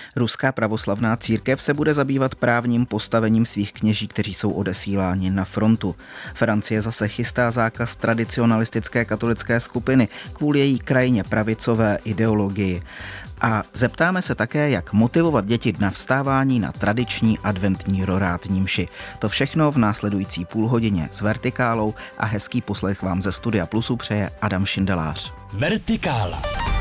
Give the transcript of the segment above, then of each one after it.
Ruská pravoslavná církev se bude zabývat právním postavením svých kněží, kteří jsou odesíláni na frontu. Francie zase chystá zákaz tradicionalistické katolické skupiny kvůli její krajně pravicové ideologii. A zeptáme se také, jak motivovat děti na vstávání na tradiční adventní rorátní mši. To všechno v následující půlhodině s Vertikálou a hezký poslech vám ze Studia Plusu přeje Adam Šindelář. Vertikála.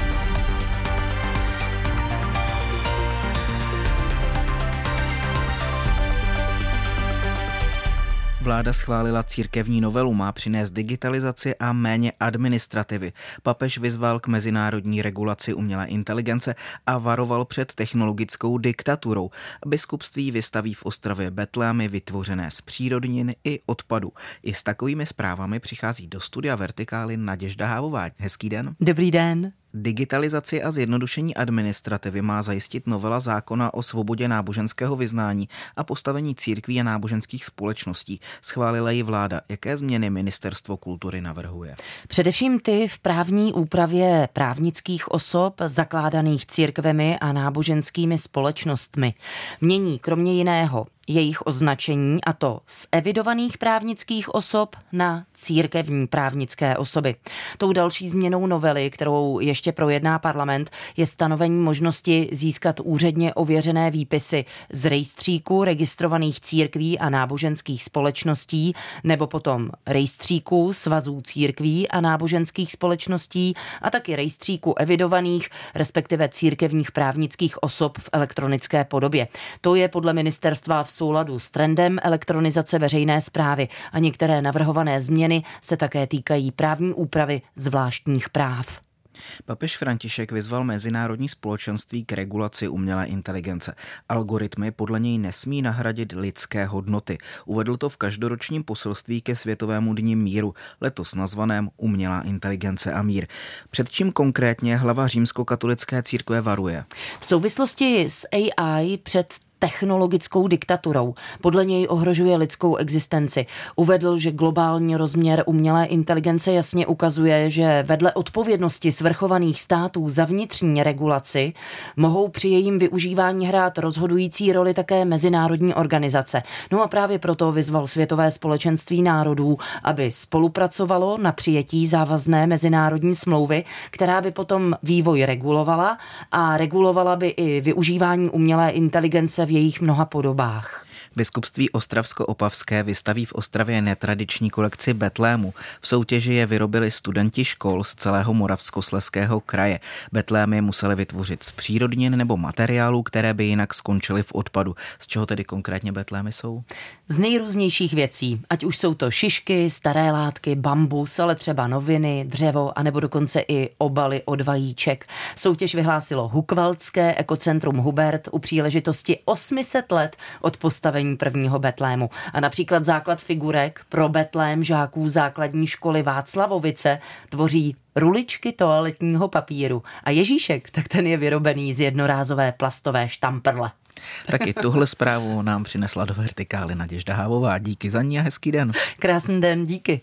Vláda schválila církevní novelu, má přinést digitalizaci a méně administrativy. Papež vyzval k mezinárodní regulaci umělé inteligence a varoval před technologickou diktaturou. Biskupství vystaví v Ostravě betlémy vytvořené z přírodnin i odpadu. I s takovými zprávami přichází do studia Vertikály Naděžda Hávová. Hezký den. Dobrý den. Digitalizaci a zjednodušení administrativy má zajistit novela zákona o svobodě náboženského vyznání a postavení církví a náboženských společností. Schválila ji vláda. Jaké změny Ministerstvo kultury navrhuje? Především ty v právní úpravě právnických osob zakládaných církvemi a náboženskými společnostmi. Mění kromě jiného jejich označení, a to z evidovaných právnických osob na církevní právnické osoby. Tou další změnou novely, kterou ještě projedná parlament, je stanovení možnosti získat úředně ověřené výpisy z rejstříku registrovaných církví a náboženských společností nebo potom rejstříku svazů církví a náboženských společností a taky rejstříku evidovaných, respektive církevních právnických osob v elektronické podobě. To je podle ministerstva v souladu s trendem elektronizace veřejné správy a některé navrhované změny se také týkají právní úpravy zvláštních práv. Papež František vyzval mezinárodní společenství k regulaci umělé inteligence. Algoritmy podle něj nesmí nahradit lidské hodnoty. Uvedl to v každoročním poselství ke Světovému dni míru, letos nazvaném Umělá inteligence a mír. Před čím konkrétně hlava římskokatolické církve varuje? V souvislosti s AI před technologickou diktaturou. Podle něj ohrožuje lidskou existenci. Uvedl, že globální rozměr umělé inteligence jasně ukazuje, že vedle odpovědnosti svrchovaných států za vnitřní regulaci mohou při jejím využívání hrát rozhodující roli také mezinárodní organizace. No a právě proto vyzval Světové společenství národů, aby spolupracovalo na přijetí závazné mezinárodní smlouvy, která by potom vývoj regulovala a regulovala by i využívání umělé inteligence v jejich mnoha podobách. Biskupství Ostravsko-Opavské vystaví v Ostravě netradiční kolekci betlému. V soutěži je vyrobili studenti škol z celého Moravskoslezského kraje. Betlémy museli vytvořit z přírodnin nebo materiálů, které by jinak skončily v odpadu. Z čeho tedy konkrétně betlémy jsou? Z nejrůznějších věcí, ať už jsou to šišky, staré látky, bambus, ale třeba noviny, dřevo, anebo dokonce i obaly od vajíček. Soutěž vyhlásilo Hukvaldské ekocentrum Hubert u příležitosti 800 let od postavení prvního betlému. A například základ figurek pro betlém žáků základní školy Václavovice tvoří ruličky toaletního papíru. A Ježíšek, tak ten je vyrobený z jednorázové plastové štamprle. Tak i tuhle zprávu nám přinesla do Vertikály Naděžda Hávová. Díky za ní a hezký den. Krásný den, díky.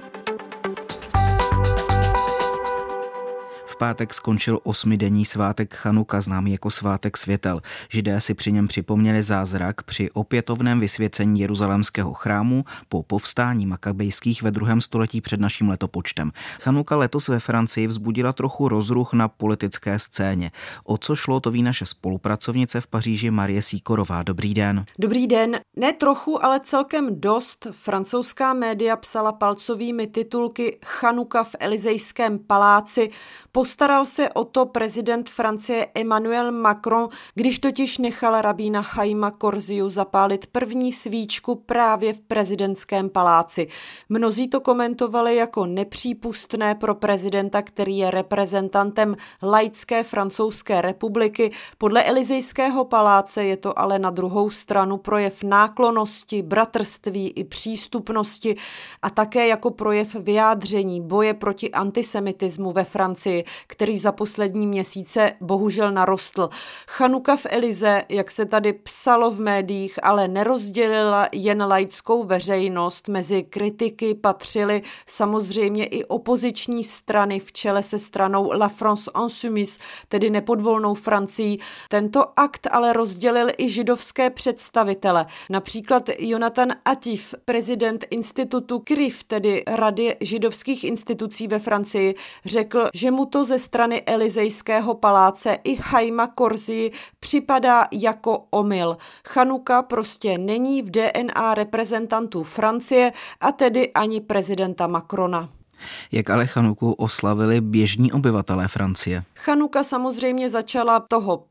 V pátek skončil 8denní svátek Chanuka, známý jako svátek světel. Židé si při něm připomněli zázrak při opětovném vysvěcení jeruzalémského chrámu po povstání makabejských ve 2. století před naším letopočtem. Chanuka letos ve Francii vzbudila trochu rozruch na politické scéně. O co šlo, to ví naše spolupracovnice v Paříži Marie Síkorová. Dobrý den. Dobrý den. Ne trochu, ale celkem dost. Francouzská média psala palcovými titulky Chanuka v Elysejském paláci. Postaral se o to prezident Francie Emmanuel Macron, když totiž nechal rabína Chaima Korziu zapálit první svíčku právě v prezidentském paláci. Mnozí to komentovali jako nepřípustné pro prezidenta, který je reprezentantem laické Francouzské republiky. Podle Elysejského paláce je to ale na druhou stranu projev náklonnosti, bratrství i přístupnosti a také jako projev vyjádření boje proti antisemitismu ve Francii. který za poslední měsíce bohužel narostl. Chanuka v Elize, jak se tady psalo v médiích, ale nerozdělila jen laickou veřejnost. Mezi kritiky patřily samozřejmě i opoziční strany v čele se stranou La France Insoumise, tedy nepodvolnou Francii. Tento akt ale rozdělil i židovské představitele. Například Jonathan Atif, prezident institutu CRIF, tedy Rady židovských institucí ve Francii, řekl, že mu to ze strany Elizejského paláce i Haima Korzii připadá jako omyl. Chanuka prostě není v DNA reprezentantů Francie a tedy ani prezidenta Macrona. Jak ale Chanuku oslavili běžní obyvatelé Francie? Chanuka samozřejmě začala toho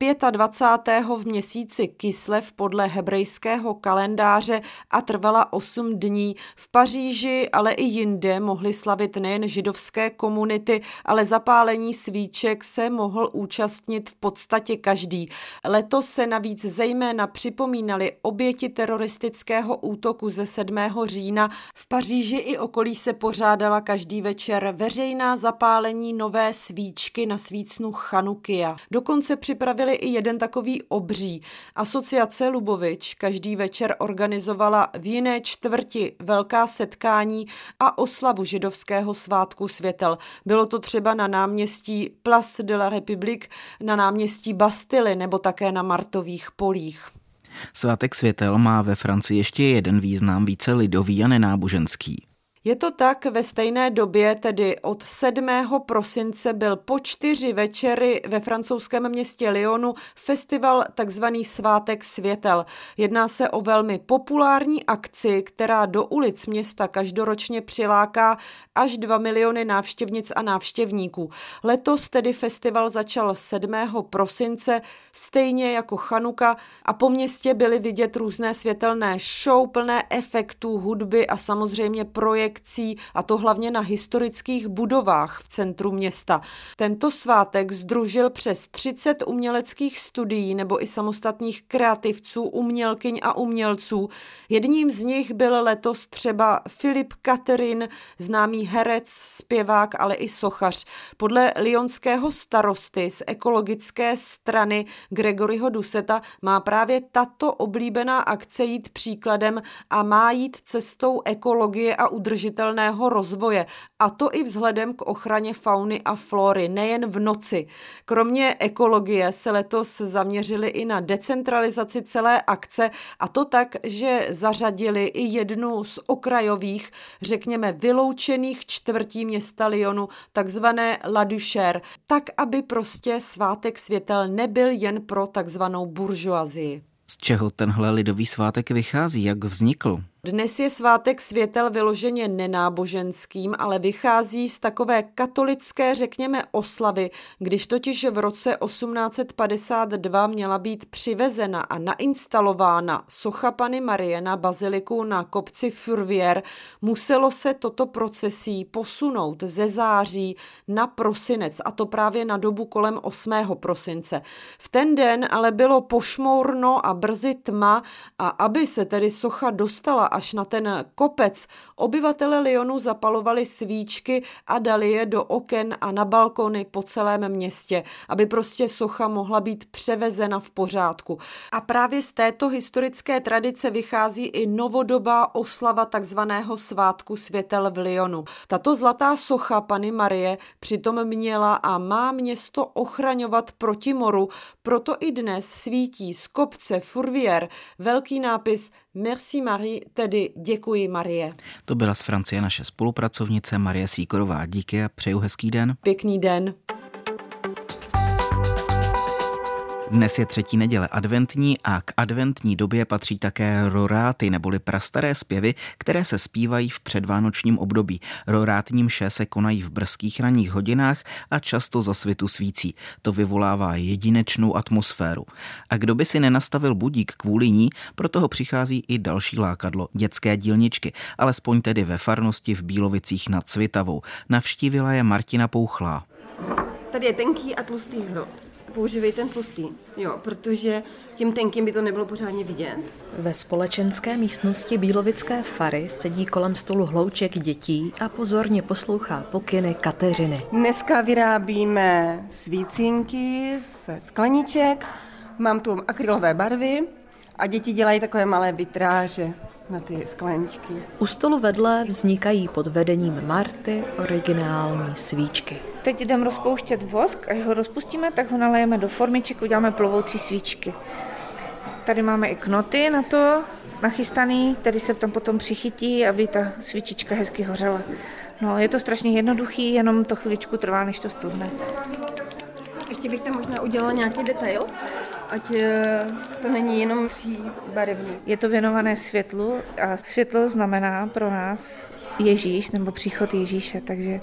25. v měsíci Kislev podle hebrejského kalendáře a trvala 8 dní. V Paříži, ale i jinde mohly slavit nejen židovské komunity, ale zapálení svíček se mohl účastnit v podstatě každý. Letos se navíc zejména připomínaly oběti teroristického útoku ze 7. října. V Paříži i okolí se pořádala každý večer veřejná zapálení nové svíčky na svícnu Chanukia. Dokonce připravili i jeden takový obří. Asociace Lubovič každý večer organizovala v jiné čtvrti velká setkání a oslavu židovského svátku světel. Bylo to třeba na náměstí Place de la République, na náměstí Bastily nebo také na Martových polích. Svátek světel má ve Francii ještě jeden význam, více lidový a nenáboženský. Je to tak, ve stejné době, tedy od 7. prosince, byl po 4 večery ve francouzském městě Lyonu festival takzvaný Svátek světel. Jedná se o velmi populární akci, která do ulic města každoročně přiláká až 2 miliony návštěvnic a návštěvníků. Letos tedy festival začal 7. prosince, stejně jako Chanuka, a po městě byly vidět různé světelné show plné efektů, hudby a samozřejmě projekcí, a to hlavně na historických budovách v centru města. Tento svátek sdružil přes 30 uměleckých studií nebo i samostatných kreativců, umělkyň a umělců. Jedním z nich byl letos třeba Philippe Catherine, známý herec, zpěvák, ale i sochař. Podle lyonského starosty z ekologické strany Gregoryho Douceta má právě tato oblíbená akce jít příkladem a má jít cestou ekologie a udržitelného rozvoje, a to i vzhledem k ochraně fauny a flory, nejen v noci. Kromě ekologie se letos zaměřili i na decentralizaci celé akce, a to tak, že zařadili i jednu z okrajových, řekněme vyloučených čtvrtí města Lyonu, takzvané La Duchère, tak, aby prostě svátek světel nebyl jen pro takzvanou buržoazii. Z čeho tenhle lidový svátek vychází, jak vznikl? Dnes je svátek světel vyloženě nenáboženským, ale vychází z takové katolické, řekněme, oslavy, když totiž v roce 1852 měla být přivezena a nainstalována socha Panny Marie na baziliku na kopci Fourvière, muselo se toto procesí posunout ze září na prosinec, a to právě na dobu kolem 8. prosince. V ten den ale bylo pošmourno a brzy tma, a aby se tedy socha dostala až na ten kopec, obyvatele Lyonu zapalovali svíčky a dali je do oken a na balkony po celém městě, aby prostě socha mohla být převezena v pořádku. A právě z této historické tradice vychází i novodobá oslava takzvaného svátku světel v Lyonu. Tato zlatá socha Panny Marie přitom měla a má město ochraňovat proti moru, proto i dnes svítí z kopce Fourvière velký nápis Merci Marie, tedy děkuji Marie. To byla z Francie naše spolupracovnice Marie Sýkorová. Díky a přeju hezký den. Pěkný den. Dnes je 3. neděle adventní a k adventní době patří také roráty neboli prastaré zpěvy, které se zpívají v předvánočním období. Rorátní mše se konají v brzkých ranních hodinách a často za svitu svící. To vyvolává jedinečnou atmosféru. A kdo by si nenastavil budík kvůli ní, pro toho přichází i další lákadlo, dětské dílničky, alespoň tedy ve farnosti v Bílovicích nad Svitavou. Navštívila je Martina Pouchlá. Tady je tenký a tlustý hrot. používají ten tlustý, jo, protože tím tenkým by to nebylo pořádně vidět. Ve společenské místnosti bílovické fary sedí kolem stolu hlouček dětí a pozorně poslouchá pokyny Kateřiny. Dneska vyrábíme svícinky ze skleniček, mám tu akrylové barvy a děti dělají takové malé vitráže na ty skleničky. U stolu vedle vznikají pod vedením Marty originální svíčky. Teď jdeme rozpouštět vosk, až ho rozpustíme, tak ho nalejeme do formiček, uděláme plovoucí svíčky. Tady máme i knoty na to nachystaný, který se tam potom přichytí, aby ta svíčička hezky hořela. No, je to strašně jednoduchý, jenom to chviličku trvá, než to studne. Ještě bych tam možná udělala nějaký detail, ať to není jenom tříbarevný. Je to věnované světlu a světlo znamená pro nás Ježíš nebo příchod Ježíše, takže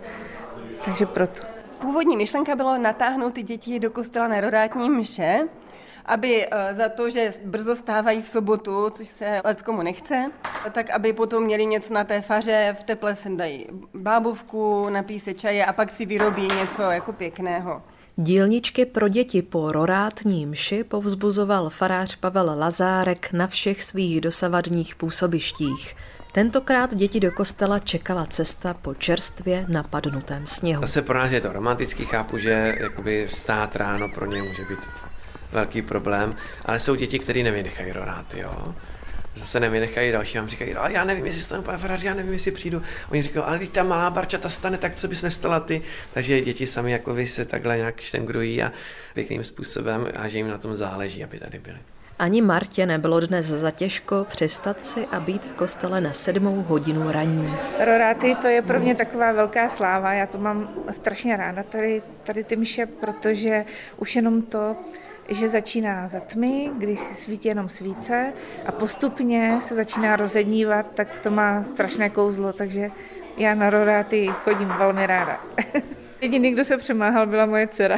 proto. Původní myšlenka bylo natáhnout ty děti do kostela na rorátní mše, aby za to, že brzo stávají v sobotu, což se leckomu nechce, tak aby potom měli něco na té faře, v teple sem dají bábovku, napíjí se čaje a pak si vyrobí něco jako pěkného. Dílničky pro děti po rorátní mši povzbuzoval farář Pavel Lazárek na všech svých dosavadních působištích. Tentokrát děti do kostela čekala cesta po čerstvě napadnutém sněhu. Zase pro nás je to romantický, chápu, že jakoby vstát ráno pro ně může být velký problém, ale jsou děti, které nevynechají roráty, jo. Zase nevynechají, další vám říkají, ale já nevím, jestli stanu, pane faráři, já nevím, jestli přijdu. Oni říkají, ale když ta malá barčata stane, tak co bys nestala ty? Takže děti sami jako se takhle nějak štengrují a pěkným způsobem a že jim na tom záleží, aby tady byli. Ani Martě nebylo dnes zatěžko přestat si a být v kostele na 7 hodinu raní. Roráty, to je pro mě taková velká sláva, já to mám strašně ráda, tady ty mše, protože už jenom to, že začíná za tmy, kdy svítí jenom svíce a postupně se začíná rozednívat, tak to má strašné kouzlo, takže já na roráty chodím velmi ráda. Jediný, kdo se přemáhal, byla moje dcera.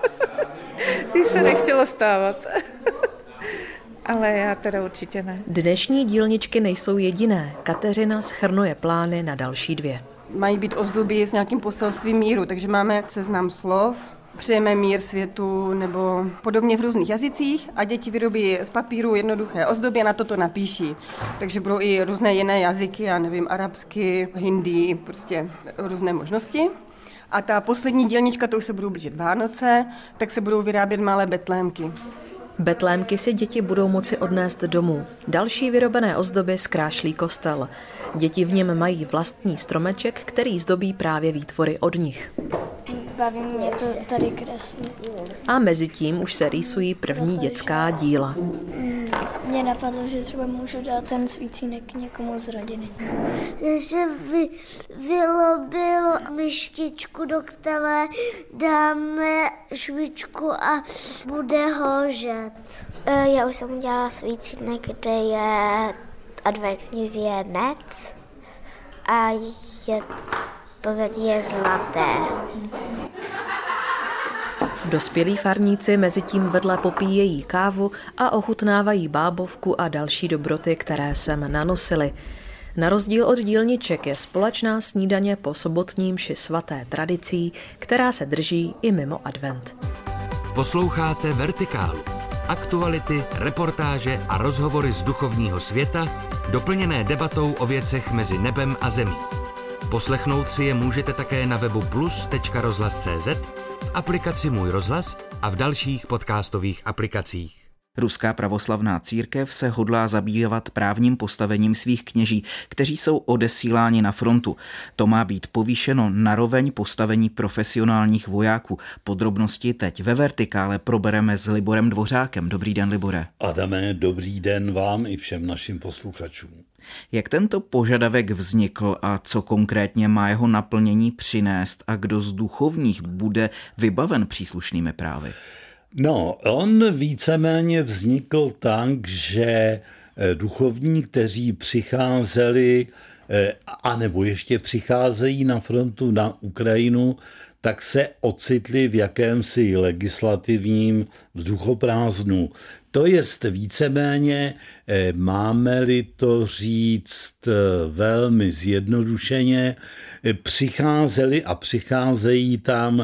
Ty se nechtělo stávat. Ale já teda určitě ne. Dnešní dílničky nejsou jediné. Kateřina shrnuje plány na další 2. Mají být ozdoby s nějakým poselstvím míru, takže máme seznam slov, přejeme mír světu nebo podobně v různých jazycích a děti vyrobí z papíru jednoduché ozdoby a na to napíší. Takže budou i různé jiné jazyky, já nevím, arabsky, hindi, prostě různé možnosti. A ta poslední dílnička, to už se budou blížit Vánoce, tak se budou vyrábět malé betlémky. Betlémky si děti budou moci odnést domů. Další vyrobené ozdoby zkrášlí kostel. Děti v něm mají vlastní stromeček, který zdobí právě výtvory od nich. Baví mě to tady kreslit. A mezi tím už se rýsují první dětská díla. Mně napadlo, že třeba můžu dát ten svícínek někomu z rodiny. Že se vylobil myštičku, do které dáme švičku a bude hožet. Já už jsem udělala svícínek, kde je adventní věnec a pozadí je zlaté. Dospělí farníci mezitím vedle popíjejí kávu a ochutnávají bábovku a další dobroty, které sem nanosili. Na rozdíl od dílniček je společná snídaně po sobotní mši svaté tradicí, která se drží i mimo advent. Posloucháte Vertikálu. Aktuality, reportáže a rozhovory z duchovního světa, doplněné debatou o věcech mezi nebem a zemí. Poslechnout si je můžete také na webu plus.rozhlas.cz, v aplikaci Můj rozhlas a v dalších podcastových aplikacích. Ruská pravoslavná církev se hodlá zabývat právním postavením svých kněží, kteří jsou odesíláni na frontu. To má být povýšeno na roveň postavení profesionálních vojáků. Podrobnosti teď ve Vertikále probereme s Liborem Dvořákem. Dobrý den, Libore. Adame, dobrý den vám i všem našim posluchačům. Jak tento požadavek vznikl a co konkrétně má jeho naplnění přinést a kdo z duchovních bude vybaven příslušnými právy? No, on víceméně vznikl tak, že duchovní, kteří přicházeli, anebo ještě přicházejí na frontu na Ukrajinu, tak se ocitli v jakémsi legislativním vzduchoprázdnu. To jest víceméně, máme-li to říct velmi zjednodušeně, přicházeli a přicházejí tam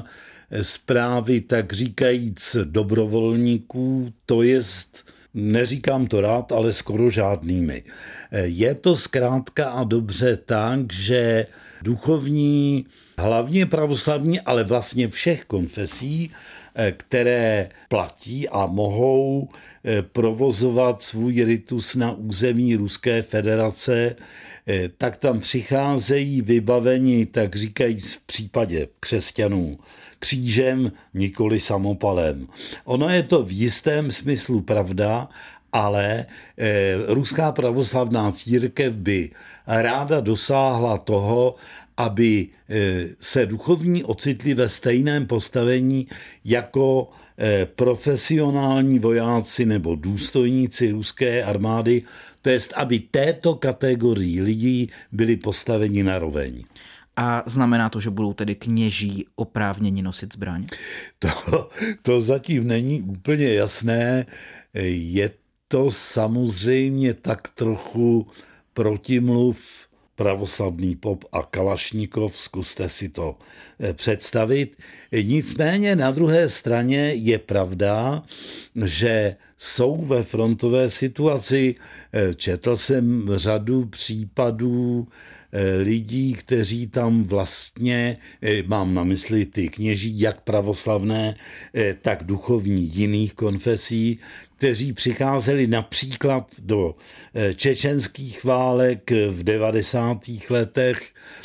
zprávy, tak říkajíc dobrovolníků, to jest, neříkám to rád, ale skoro žádnými. Je to zkrátka a dobře tak, že duchovní, hlavně pravoslavní, ale vlastně všech konfesí, které platí a mohou provozovat svůj ritus na území Ruské federace, tak tam přicházejí vybaveni, tak říkají v případě křesťanů, křížem, nikoli samopalem. Ono je to v jistém smyslu pravda, ale Ruská pravoslavná církev by ráda dosáhla toho, aby se duchovní ocitli ve stejném postavení jako profesionální vojáci nebo důstojníci ruské armády, to jest, aby této kategorii lidí byli postaveni na roveň. A znamená to, že budou tedy kněží oprávněni nosit zbraň? To zatím není úplně jasné. Je to samozřejmě tak trochu protimluv pravoslavný pop a Kalašnikov, zkuste si to představit. Nicméně na druhé straně je pravda, že jsou ve frontové situaci. Četl jsem řadu případů lidí, kteří tam vlastně, mám na mysli ty kněží, jak pravoslavné, tak duchovní jiných konfesí, kteří přicházeli například do čečenských válek v 90. letech,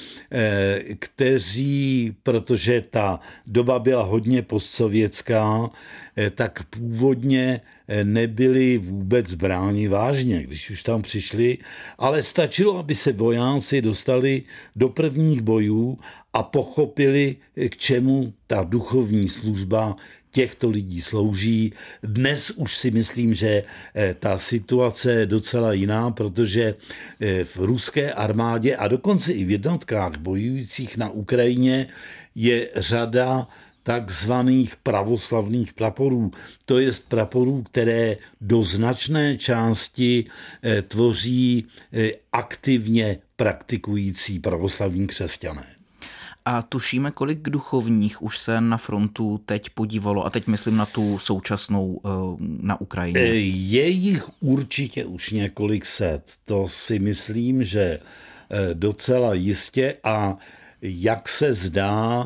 kteří, protože ta doba byla hodně postsovětská, tak původně nebyli vůbec bráni vážně, když už tam přišli, ale stačilo, aby se vojáci dostali do prvních bojů a pochopili, k čemu ta duchovní služba těchto lidí slouží. Dnes už si myslím, že ta situace je docela jiná, protože v ruské armádě a dokonce i v jednotkách bojujících na Ukrajině je řada takzvaných pravoslavných praporů. To je praporů, které do značné části tvoří aktivně praktikující pravoslavní křesťané. A tušíme, kolik duchovních už se na frontu teď podívalo, a teď myslím na tu současnou na Ukrajině? Je jich určitě už několik set. To si myslím, že docela jistě, a jak se zdá,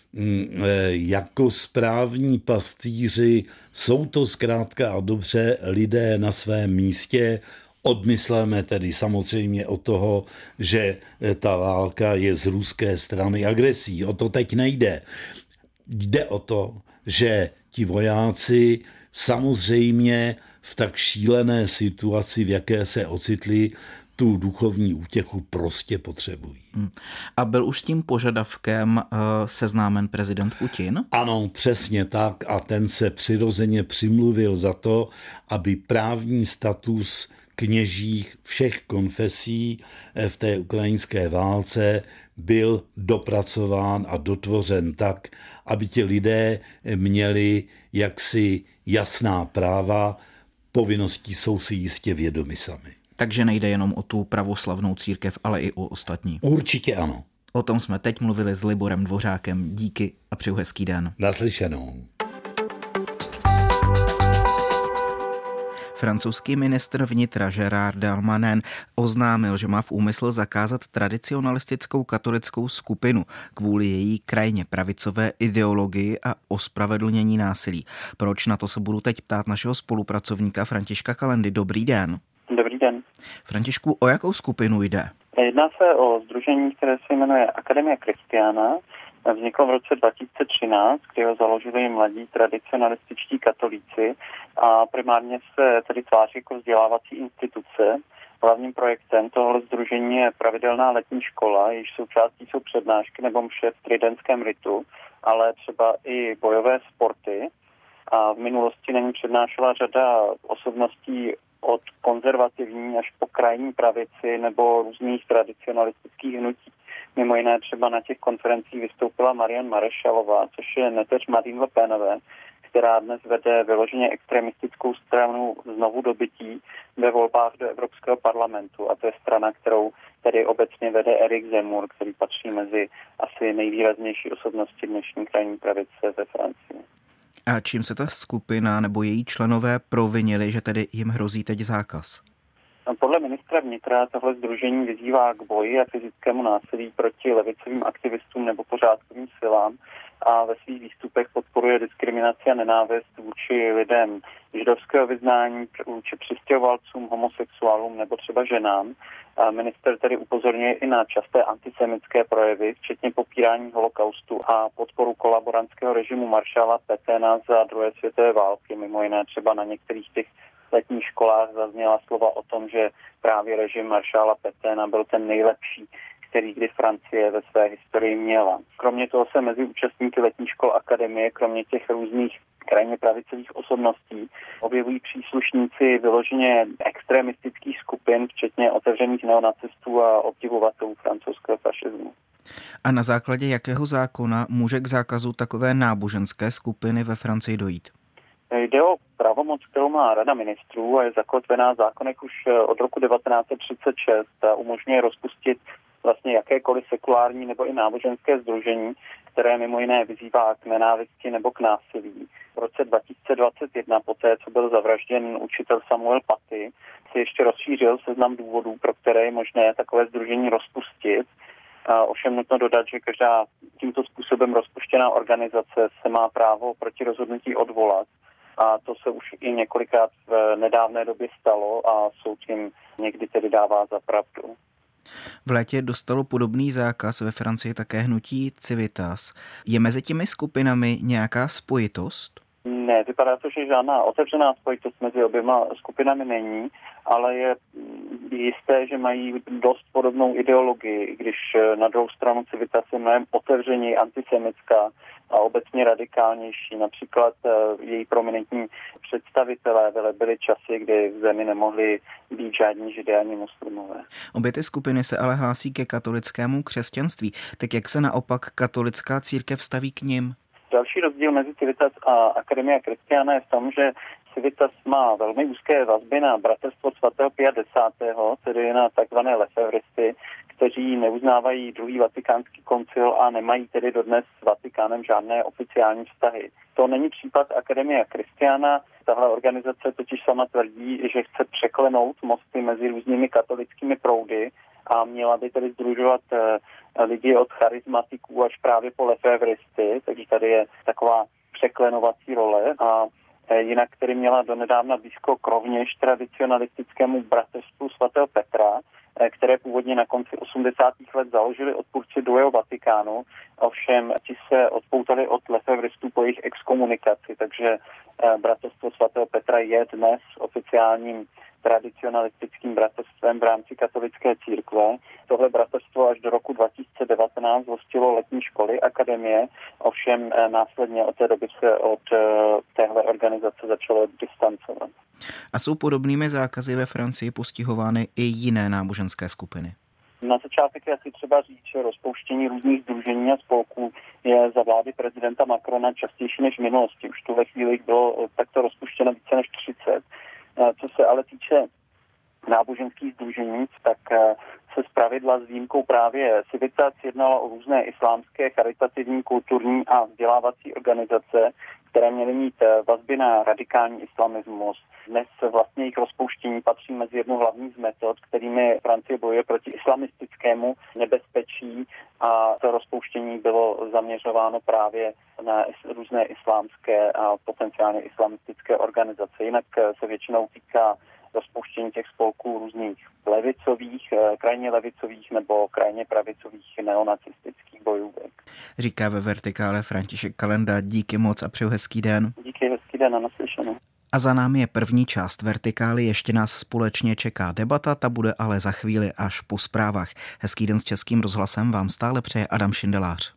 jako správní pastýři jsou to zkrátka a dobře lidé na svém místě. Odmysléme tedy samozřejmě o toho, že ta válka je z ruské strany agresí. O to teď nejde. Jde o to, že ti vojáci samozřejmě v tak šílené situaci, v jaké se ocitli, tu duchovní útěchu prostě potřebují. A byl už s tím požadavkem seznámen prezident Putin? Ano, přesně tak, a ten se přirozeně přimluvil za to, aby právní status kněží všech konfesí v té ukrajinské válce byl dopracován a dotvořen tak, aby ti lidé měli jaksi jasná práva, povinností jsou si jistě vědomi sami. Takže nejde jenom o tu pravoslavnou církev, ale i o ostatní. Určitě ano. O tom jsme teď mluvili s Liborem Dvořákem. Díky a přeju hezký den. Naslyšenou. Francouzský ministr vnitra Gérard Darmanin oznámil, že má v úmyslu zakázat tradicionalistickou katolickou skupinu kvůli její krajně pravicové ideologii a ospravedlnění násilí. Proč? Na to se budu teď ptát našeho spolupracovníka Františka Kalendy. Dobrý den. Dobrý den. Františku, o jakou skupinu jde? Jedná se o sdružení, které se jmenuje Academia Christiana. Vzniklo v roce 2013, kdy ho založili mladí tradicionalističtí katolíci a primárně se tedy tváří jako vzdělávací instituce. Hlavním projektem tohoto sdružení je pravidelná letní škola, jejíž součástí jsou přednášky nebo mše v tridentském ritu, ale třeba i bojové sporty. A v minulosti na ní přednášela řada osobností od konzervativní až po krajní pravici nebo různých tradicionalistických hnutí. Mimo jiné třeba na těch konferencích vystoupila Marianne Maréchalová, což je neteř Marine Le Penové, která dnes vede vyloženě extremistickou stranu znovu dobytí ve volbách do Evropského parlamentu. A to je strana, kterou tedy obecně vede Erik Zemmour, který patří mezi asi nejvýraznější osobnosti dnešní krajní pravice ve Francii. A čím se ta skupina nebo její členové provinili, že tedy jim hrozí teď zákaz? Podle ministra vnitra tohle sdružení vyzývá k boji a fyzickému násilí proti levicovým aktivistům nebo pořádkovým silám a ve svých výstupech podporuje diskriminaci a nenávist vůči lidem židovského vyznání, vůči přistěhovalcům, homosexuálům nebo třeba ženám. A minister tedy upozorňuje i na časté antisemitské projevy, včetně popírání holokaustu a podporu kolaborantského režimu maršála Pétaina za druhé světové války. Mimo jiné třeba na některých těch letních školách zazněla slova o tom, že právě režim maršála Pétaina byl ten nejlepší, který kdy Francie ve své historii měla. Kromě toho se mezi účastníky letních škol akademie, kromě těch různých krajně pravicových osobností, objevují příslušníci vyloženě extremistických skupin, včetně otevřených neonacistů a obdivovatelů francouzského fašismu. A na základě jakého zákona může k zákazu takové náboženské skupiny ve Francii dojít? Jde o pravomoc, kterou má Rada ministrů a je zakotvená v zákonech už od roku 1936 a umožňuje rozpustit vlastně jakékoliv sekulární nebo i náboženské sdružení, které mimo jiné vyzývá k nenávisti nebo k násilí. V roce 2021, poté co byl zavražděn učitel Samuel Paty, se ještě rozšířil seznam důvodů, pro které je možné takové sdružení rozpustit. Ovšem nutno dodat, že každá tímto způsobem rozpuštěná organizace se má právo proti rozhodnutí odvolat. A to se už i několikrát v nedávné době stalo a soud jim někdy tedy dává za pravdu. V létě dostalo podobný zákaz ve Francii také hnutí Civitas. Je mezi těmi skupinami nějaká spojitost? Ne, vypadá to, že žádná otevřená spojitost mezi oběma skupinami není, ale je jisté, že mají dost podobnou ideologii, i když na druhou stranu Civitas je mnohem otevřeněji antisemitská a obecně radikálnější. Například její prominentní představitelé byly časy, kdy v zemi nemohli být žádní židé ani muslimové. Obě ty skupiny se ale hlásí ke katolickému křesťanství. Tak jak se naopak katolická církev staví k nim? Další rozdíl mezi Civitas a Academia Christiana je v tom, že Civitas má velmi úzké vazby na bratrstvo svatého Pia X., tedy na takzvané lefebvristy, kteří neuznávají druhý vatikánský koncil a nemají tedy dodnes s Vatikánem žádné oficiální vztahy. To není případ Academia Christiana. Tahle organizace totiž sama tvrdí, že chce překlenout mosty mezi různými katolickými proudy a měla by tedy sdružovat lidi od charismatiků až právě po lefebvristy, takže tady je taková překlenovací role a jinak tedy měla donedávna blízko rovněž tradicionalistickému bratrstvu svatého Petra, které původně na konci 80. let založili odpůrci druhého Vatikánu, ovšem ti se odpoutali od lefevristů po jejich exkomunikaci, takže bratrstvo svatého Petra je dnes oficiálním tradicionalistickým bratrstvem v rámci katolické církve. Tohle bratrstvo až do roku 2019 hostilo letní školy akademie, ovšem následně od té doby se od téhle organizace začalo distancovat. A jsou podobnými zákazy ve Francii postihovány i jiné náboženské skupiny? Na začátek je asi třeba říct, že rozpouštění různých sdružení a spolků je za vlády prezidenta Macrona častější než v minulosti. Už v tuhle chvíli bylo takto rozpuštěno více než 30. Co se ale týče náboženských sdružení, tak se zpravidla s výjimkou právě Civitas jednalo o různé islámské, charitativní, kulturní a vzdělávací organizace, které měly mít vazby na radikální islamismus. Dnes vlastně jejich rozpouštění patří mezi jednu hlavní z metod, kterými Francie bojuje proti islamistickému nebezpečí a to rozpouštění bylo zaměřováno právě na různé islámské a potenciálně islamistické organizace. Jinak se většinou týká rozpouštění těch spolků různých levicových, krajně levicových nebo krajně pravicových neonacistických bojůvek. Říká ve Vertikále František Kalenda. Díky moc a přeju hezký den. Díky, hezký den a naslyšenou. A za námi je první část Vertikály, ještě nás společně čeká debata, ta bude ale za chvíli až po zprávách. Hezký den s Českým rozhlasem vám stále přeje Adam Šindelář.